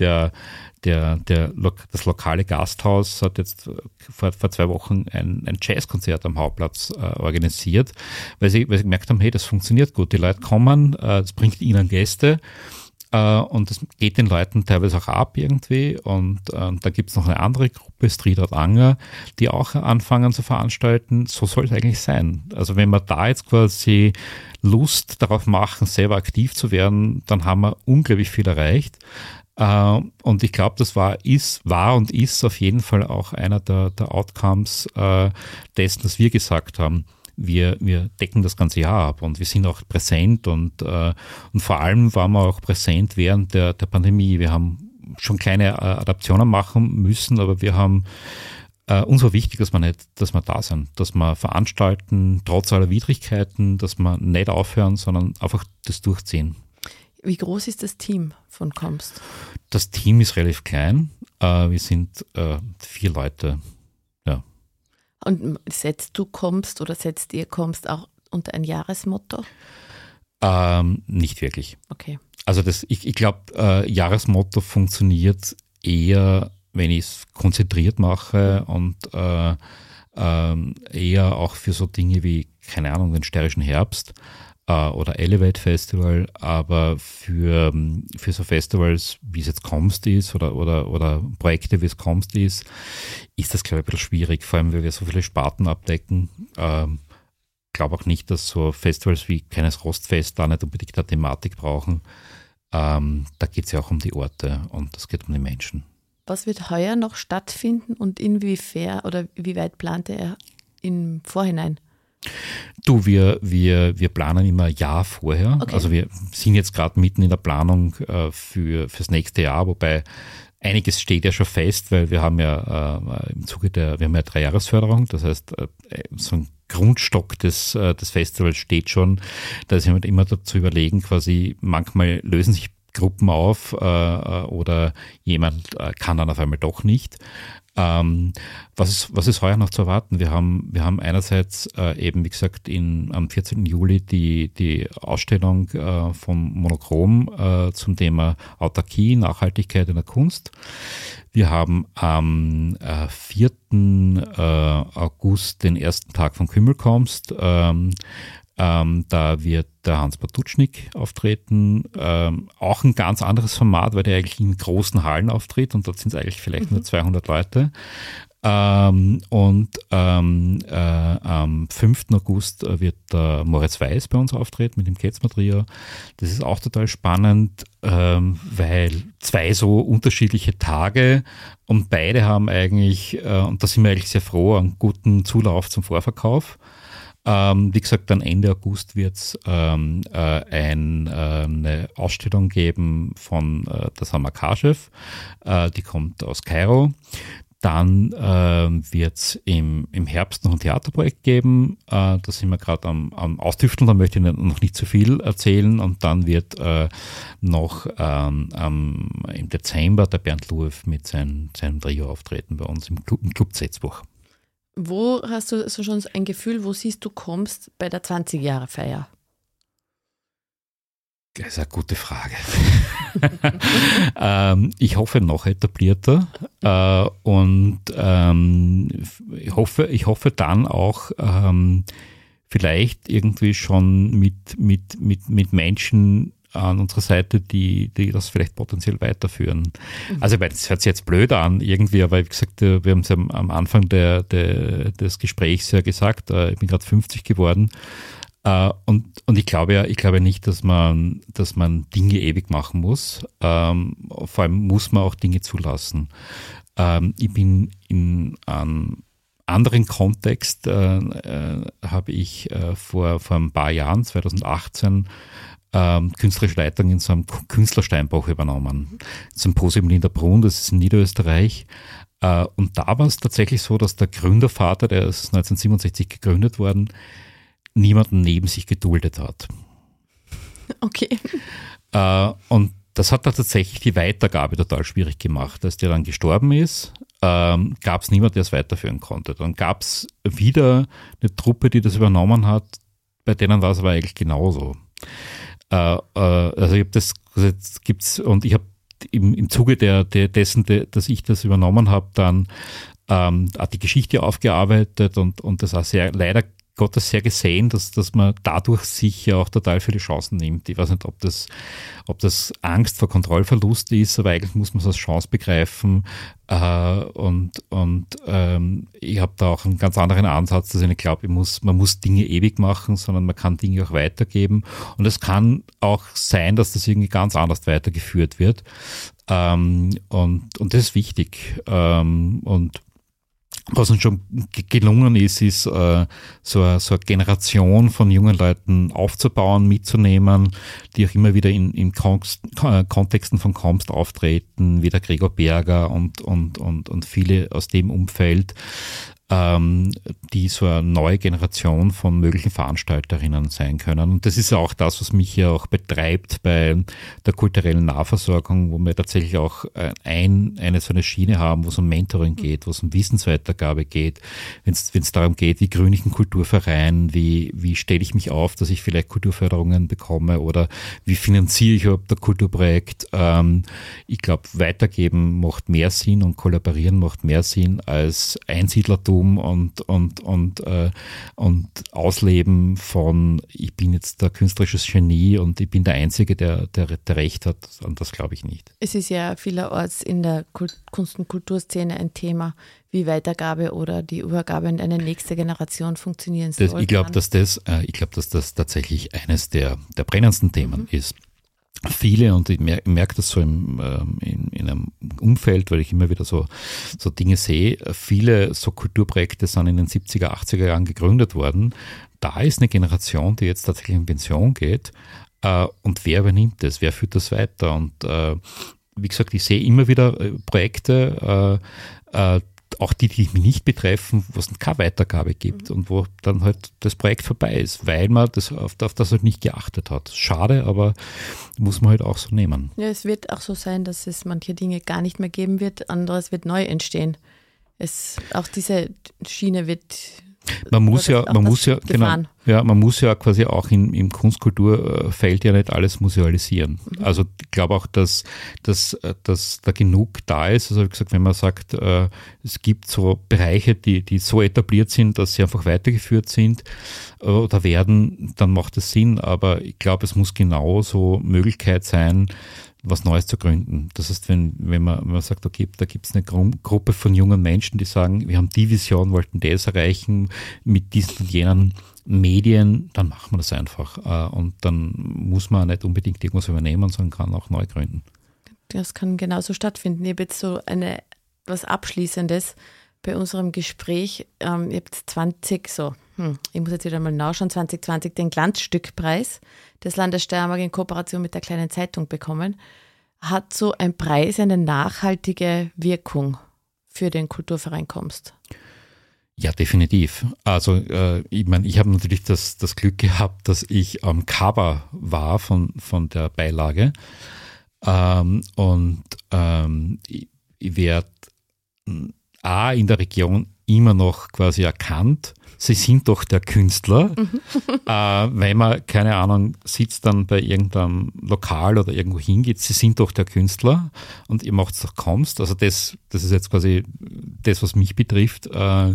das lokale Gasthaus hat jetzt vor 2 Wochen ein Jazzkonzert am Hauptplatz organisiert, weil sie gemerkt haben, hey, das funktioniert gut, die Leute kommen, das bringt ihnen Gäste und das geht den Leuten teilweise auch ab irgendwie und da gibt es noch eine andere Gruppe, Street Art Anger, die auch anfangen zu veranstalten. So soll es eigentlich sein. Also wenn wir da jetzt quasi Lust darauf machen, selber aktiv zu werden, dann haben wir unglaublich viel erreicht. Und ich glaube, das war und ist auf jeden Fall auch einer der Outcomes dessen, dass wir gesagt haben, wir decken das ganze Jahr ab und wir sind auch präsent und vor allem waren wir auch präsent während der Pandemie. Wir haben schon kleine Adaptionen machen müssen, aber wir haben uns war wichtig, dass wir da sind, dass wir veranstalten, trotz aller Widrigkeiten, dass wir nicht aufhören, sondern einfach das durchziehen. Wie groß ist das Team von Kommst? Das Team ist relativ klein. Wir sind 4 Leute. Ja. Und setzt ihr Kommst auch unter ein Jahresmotto? Nicht wirklich. Okay. Also ich glaube, Jahresmotto funktioniert eher, wenn ich es konzentriert mache und eher auch für so Dinge wie, keine Ahnung, den Steirischen Herbst oder Elevate Festival, aber für so Festivals, wie es jetzt Kommst ist oder Projekte, wie es Kommst ist das, glaube ich, ein bisschen schwierig, vor allem, weil wir so viele Sparten abdecken. Glaube auch nicht, dass so Festivals wie Keines Rostfest da nicht unbedingt eine Thematik brauchen. Da geht es ja auch um die Orte und es geht um die Menschen. Was wird heuer noch stattfinden und inwiefern oder wie weit plant er im Vorhinein? Du, wir planen immer ein Jahr vorher. Okay. Also wir sind jetzt gerade mitten in der Planung fürs nächste Jahr, wobei einiges steht ja schon fest, weil wir haben ja im Zuge wir haben ja 3-Jahresförderung, das heißt so ein Grundstock des Festivals steht schon. Da ist immer dazu überlegen, quasi manchmal lösen sich Gruppen auf oder jemand kann dann auf einmal doch nicht. Was ist heuer noch zu erwarten? Wir haben einerseits eben, wie gesagt, am 14. Juli die Ausstellung vom Monochrom zum Thema Autarkie, Nachhaltigkeit in der Kunst. Wir haben am 4. August den ersten Tag von Kümmelkommst. Da wird der Hans Batutschnik auftreten, auch ein ganz anderes Format, weil der eigentlich in großen Hallen auftritt und dort sind es eigentlich vielleicht nur 200 Leute. Am 5. August wird der Moritz Weiß bei uns auftreten mit dem Ketzmer Trio. Das ist auch total spannend, weil 2 so unterschiedliche Tage und beide haben eigentlich, und da sind wir eigentlich sehr froh, einen guten Zulauf zum Vorverkauf. Wie gesagt, dann Ende August wird es eine Ausstellung geben von der Sama Kashev, die kommt aus Kairo. Dann wird es im Herbst noch ein Theaterprojekt geben, da sind wir gerade am Austüfteln, da möchte ich noch nicht zu viel erzählen. Und dann wird noch im Dezember der Bernd Luev mit seinem Trio auftreten bei uns im Club Setzbuch. Wo hast du so schon ein Gefühl, wo siehst du Kommst bei der 20-Jahre-Feier? Das ist eine gute Frage. Ich hoffe noch etablierter und ich hoffe dann auch vielleicht irgendwie schon mit Menschen an unserer Seite, die das vielleicht potenziell weiterführen. Also das hört sich jetzt blöd an irgendwie, aber wie gesagt, wir haben es ja am Anfang des Gesprächs ja gesagt, ich bin gerade 50 geworden und ich glaube nicht, dass man Dinge ewig machen muss. Vor allem muss man auch Dinge zulassen. Ich bin in einem anderen Kontext, habe ich vor ein paar Jahren, 2018, künstlerische Leitung in so einem Künstlersteinbruch übernommen. Symposium Linderbrunn, das ist in Niederösterreich. Und da war es tatsächlich so, dass der Gründervater, der ist 1967 gegründet worden, niemanden neben sich geduldet hat. Okay. Und das hat da tatsächlich die Weitergabe total schwierig gemacht. Als der dann gestorben ist, gab es niemanden, der es weiterführen konnte. Dann gab es wieder eine Truppe, die das übernommen hat, bei denen war es aber eigentlich genauso. Also ich habe das gibt's und ich habe im Zuge dessen, dass ich das übernommen habe, dann die Geschichte aufgearbeitet und das auch leider Gottes sehr gesehen, dass man dadurch sich ja auch total viele Chancen nimmt. Ich weiß nicht, ob das Angst vor Kontrollverlust ist, aber eigentlich muss man es als Chance begreifen. Und ich habe da auch einen ganz anderen Ansatz, dass ich nicht glaube, man muss Dinge ewig machen, sondern man kann Dinge auch weitergeben. Und es kann auch sein, dass das irgendwie ganz anders weitergeführt wird. Und das ist wichtig. Und was uns schon gelungen ist, so eine Generation von jungen Leuten aufzubauen, mitzunehmen, die auch immer wieder in Kontexten von Komst auftreten, wie der Gregor Berger und viele aus dem Umfeld, die so eine neue Generation von möglichen Veranstalterinnen sein können. Und das ist ja auch das, was mich ja auch betreibt bei der kulturellen Nahversorgung, wo wir tatsächlich auch eine so eine Schiene haben, wo es um Mentoring geht, wo es um Wissensweitergabe geht, wenn es darum geht, wie gründe ich einen Kulturverein, wie stelle ich mich auf, dass ich vielleicht Kulturförderungen bekomme oder wie finanziere ich überhaupt ein Kulturprojekt. Ich glaube, weitergeben macht mehr Sinn und kollaborieren macht mehr Sinn als Einsiedlertum und Ausleben von, ich bin jetzt der künstlerisches Genie und ich bin der Einzige, der Recht hat. Und das glaube ich nicht. Es ist ja vielerorts in der Kunst- und Kulturszene ein Thema, wie Weitergabe oder die Übergabe an eine nächste Generation funktionieren soll. Ich glaube, dass das tatsächlich eines der brennendsten Themen ist. Viele, und ich merke das so in einem Umfeld, weil ich immer wieder so Dinge sehe, viele so Kulturprojekte sind in den 70er, 80er Jahren gegründet worden. Da ist eine Generation, die jetzt tatsächlich in Pension geht. Und wer übernimmt das? Wer führt das weiter? Und wie gesagt, ich sehe immer wieder Projekte, auch die mich nicht betreffen, wo es keine Weitergabe gibt und wo dann halt das Projekt vorbei ist, weil man auf das halt nicht geachtet hat. Schade, aber muss man halt auch so nehmen. Ja, es wird auch so sein, dass es manche Dinge gar nicht mehr geben wird, anderes wird neu entstehen. Auch diese Schiene wird... Man muss ja quasi auch im Kunstkulturfeld ja nicht alles musealisieren. Also ich glaube auch, dass da genug da ist. Also wie gesagt, wenn man sagt, es gibt so Bereiche, die so etabliert sind, dass sie einfach weitergeführt sind oder werden, dann macht es Sinn. Aber ich glaube, es muss genauso Möglichkeit sein, was Neues zu gründen. Das heißt, wenn man sagt, okay, da gibt es eine Gruppe von jungen Menschen, die sagen, wir haben die Vision, wollten das erreichen mit diesen und jenen Medien, dann machen wir das einfach. Und dann muss man nicht unbedingt irgendwas übernehmen, sondern kann auch neu gründen. Das kann genauso stattfinden. Ich habe jetzt so was Abschließendes bei unserem Gespräch. Ich habe jetzt 20, ich muss jetzt wieder mal nachschauen, 2020 den Glanzstückpreis des Landes Steiermark in Kooperation mit der Kleinen Zeitung bekommen. Hat so ein Preis eine nachhaltige Wirkung für den Kulturverein Komst? Ja, definitiv. Also ich meine, ich habe natürlich das Glück gehabt, dass ich am Cover war von der Beilage ich werde in der Region immer noch quasi erkannt, sie sind doch der Künstler, weil man, keine Ahnung, sitzt dann bei irgendeinem Lokal oder irgendwo hingeht, sie sind doch der Künstler und ihr macht es doch Komst. Also das ist jetzt quasi das, was mich betrifft. Und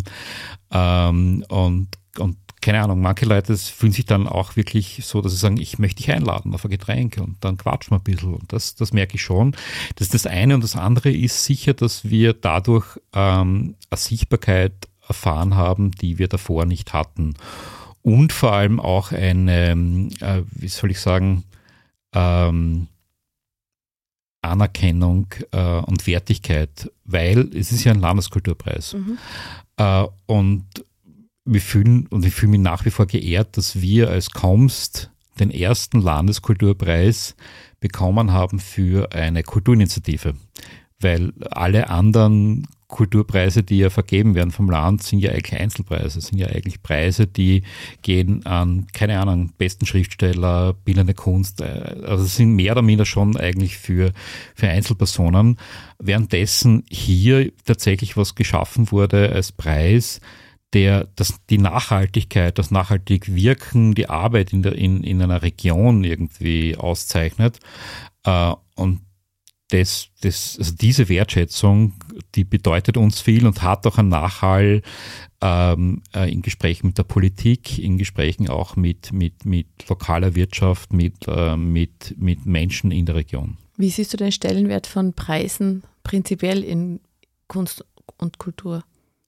keine Ahnung, manche Leute fühlen sich dann auch wirklich so, dass sie sagen, ich möchte dich einladen auf ein Getränk und dann quatschen wir ein bisschen. Und das merke ich schon. Das ist das eine. Und das andere ist sicher, dass wir dadurch eine Sichtbarkeit erfahren haben, die wir davor nicht hatten. Und vor allem auch eine, wie soll ich sagen, Anerkennung und Wertigkeit, weil es ist ja ein Landeskulturpreis. Und ich fühle mich nach wie vor geehrt, dass wir als Komst den ersten Landeskulturpreis bekommen haben für eine Kulturinitiative. Weil alle anderen Kulturpreise, die ja vergeben werden vom Land, sind ja eigentlich Einzelpreise, sind ja eigentlich Preise, die gehen an, keine Ahnung, besten Schriftsteller, bildende Kunst, also sind mehr oder minder schon eigentlich für Einzelpersonen. Währenddessen hier tatsächlich was geschaffen wurde als Preis, die Nachhaltigkeit, das nachhaltig Wirken, die Arbeit in einer Region irgendwie auszeichnet. Und also diese Wertschätzung, die bedeutet uns viel und hat auch einen Nachhall in Gesprächen mit der Politik, in Gesprächen auch mit lokaler Wirtschaft, mit Menschen in der Region. Wie siehst du den Stellenwert von Preisen prinzipiell in Kunst und Kultur?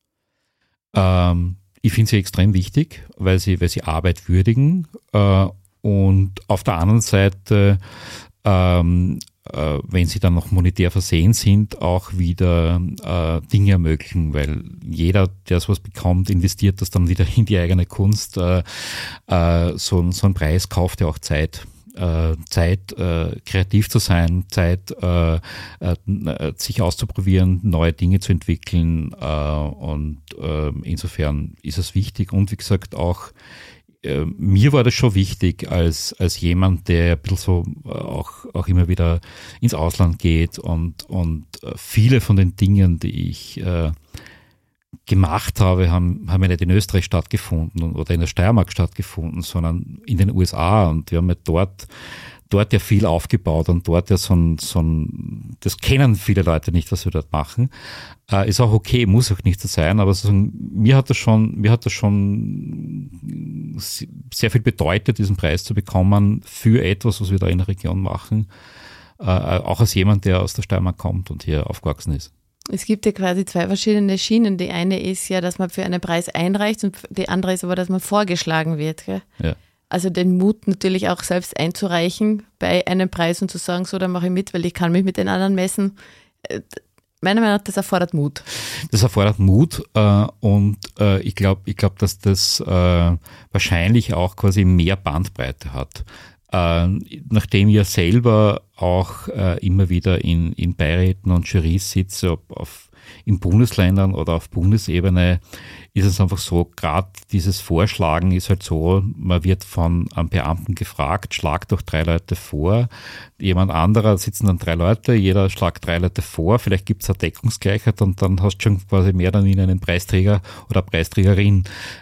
Ich finde sie extrem wichtig, weil sie Arbeit würdigen und auf der anderen Seite wenn sie dann noch monetär versehen sind, auch wieder Dinge ermöglichen, weil jeder, der sowas bekommt, investiert das dann wieder in die eigene Kunst. So ein Preis kauft ja auch Zeit. Zeit, kreativ zu sein, Zeit, sich auszuprobieren, neue Dinge zu entwickeln, und insofern ist es wichtig. Und wie gesagt, auch mir war das schon wichtig als jemand, der ein bisschen so auch immer wieder ins Ausland geht und viele von den Dingen, die ich gemacht habe, haben ja nicht in Österreich stattgefunden oder in der Steiermark stattgefunden, sondern in den USA, und wir haben ja dort ja viel aufgebaut und dort ja das kennen viele Leute nicht, was wir dort machen. Ist auch okay, muss auch nicht so sein, aber mir hat das schon sehr viel bedeutet, diesen Preis zu bekommen für etwas, was wir da in der Region machen. Auch als jemand, der aus der Steiermark kommt und hier aufgewachsen ist. Es gibt ja quasi zwei verschiedene Schienen. Die eine ist ja, dass man für einen Preis einreicht, und die andere ist aber, dass man vorgeschlagen wird. Gell? Ja. Also den Mut natürlich auch selbst einzureichen bei einem Preis und zu sagen, so, dann mache ich mit, weil ich kann mich mit den anderen messen. Meiner Meinung nach, das erfordert Mut. Das erfordert Mut, und ich glaube, dass das wahrscheinlich auch quasi mehr Bandbreite hat. Nachdem ich selber auch immer wieder in Beiräten und Jurys sitze, ob in Bundesländern oder auf Bundesebene, ist es einfach so, gerade dieses Vorschlagen ist halt so, man wird von einem Beamten gefragt, schlag doch 3 Leute vor, jemand anderer, sitzen dann 3 Leute, jeder schlagt 3 Leute vor, vielleicht gibt es eine Deckungsgleichheit und dann hast du schon quasi mehr dann in einen Preisträger oder Preisträgerin.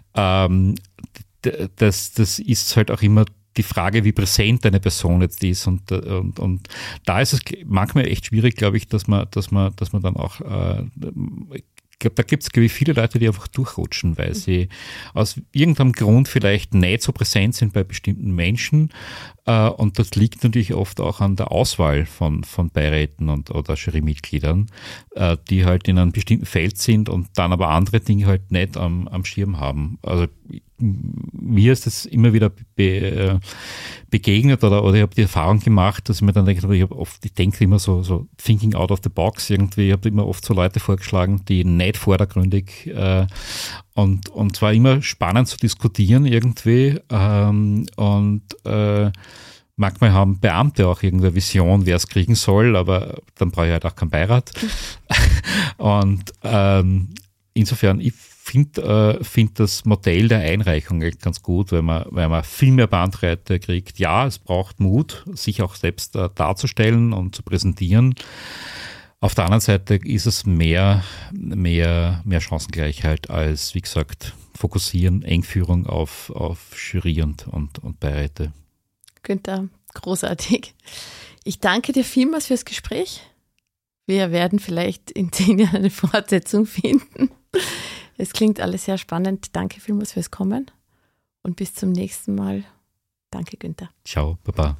Das ist halt auch immer die Frage, wie präsent eine Person jetzt ist, und da ist es manchmal echt schwierig, glaube ich, dass man dann auch, ich glaube, da gibt es viele Leute, die einfach durchrutschen, weil sie aus irgendeinem Grund vielleicht nicht so präsent sind bei bestimmten Menschen, und das liegt natürlich oft auch an der Auswahl von Beiräten oder Jurymitgliedern, die halt in einem bestimmten Feld sind und dann aber andere Dinge halt nicht am Schirm haben. Also mir ist das immer wieder begegnet oder ich habe die Erfahrung gemacht, dass ich mir dann denke, ich denke immer so thinking out of the box irgendwie. Ich habe immer oft so Leute vorgeschlagen, die nicht vordergründig und zwar immer spannend zu diskutieren irgendwie, und manchmal haben Beamte auch irgendeine Vision, wer es kriegen soll, aber dann brauche ich halt auch keinen Beirat. Und insofern, ich finde das Modell der Einreichung echt ganz gut, weil man viel mehr Bandbreite kriegt. Ja, es braucht Mut, sich auch selbst darzustellen und zu präsentieren. Auf der anderen Seite ist es mehr Chancengleichheit als, wie gesagt, Fokussieren, Engführung auf Jury und Beiräte. Günther, großartig. Ich danke dir vielmals fürs Gespräch. Wir werden vielleicht in 10 Jahren eine Fortsetzung finden. Es klingt alles sehr spannend. Danke vielmals fürs Kommen und bis zum nächsten Mal. Danke, Günther. Ciao, Baba.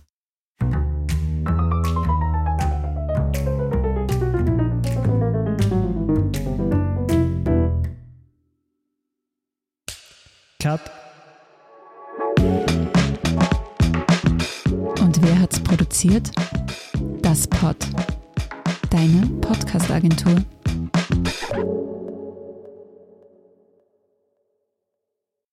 Cut. Und wer hat's produziert? Das Pod. Deine Podcast-Agentur.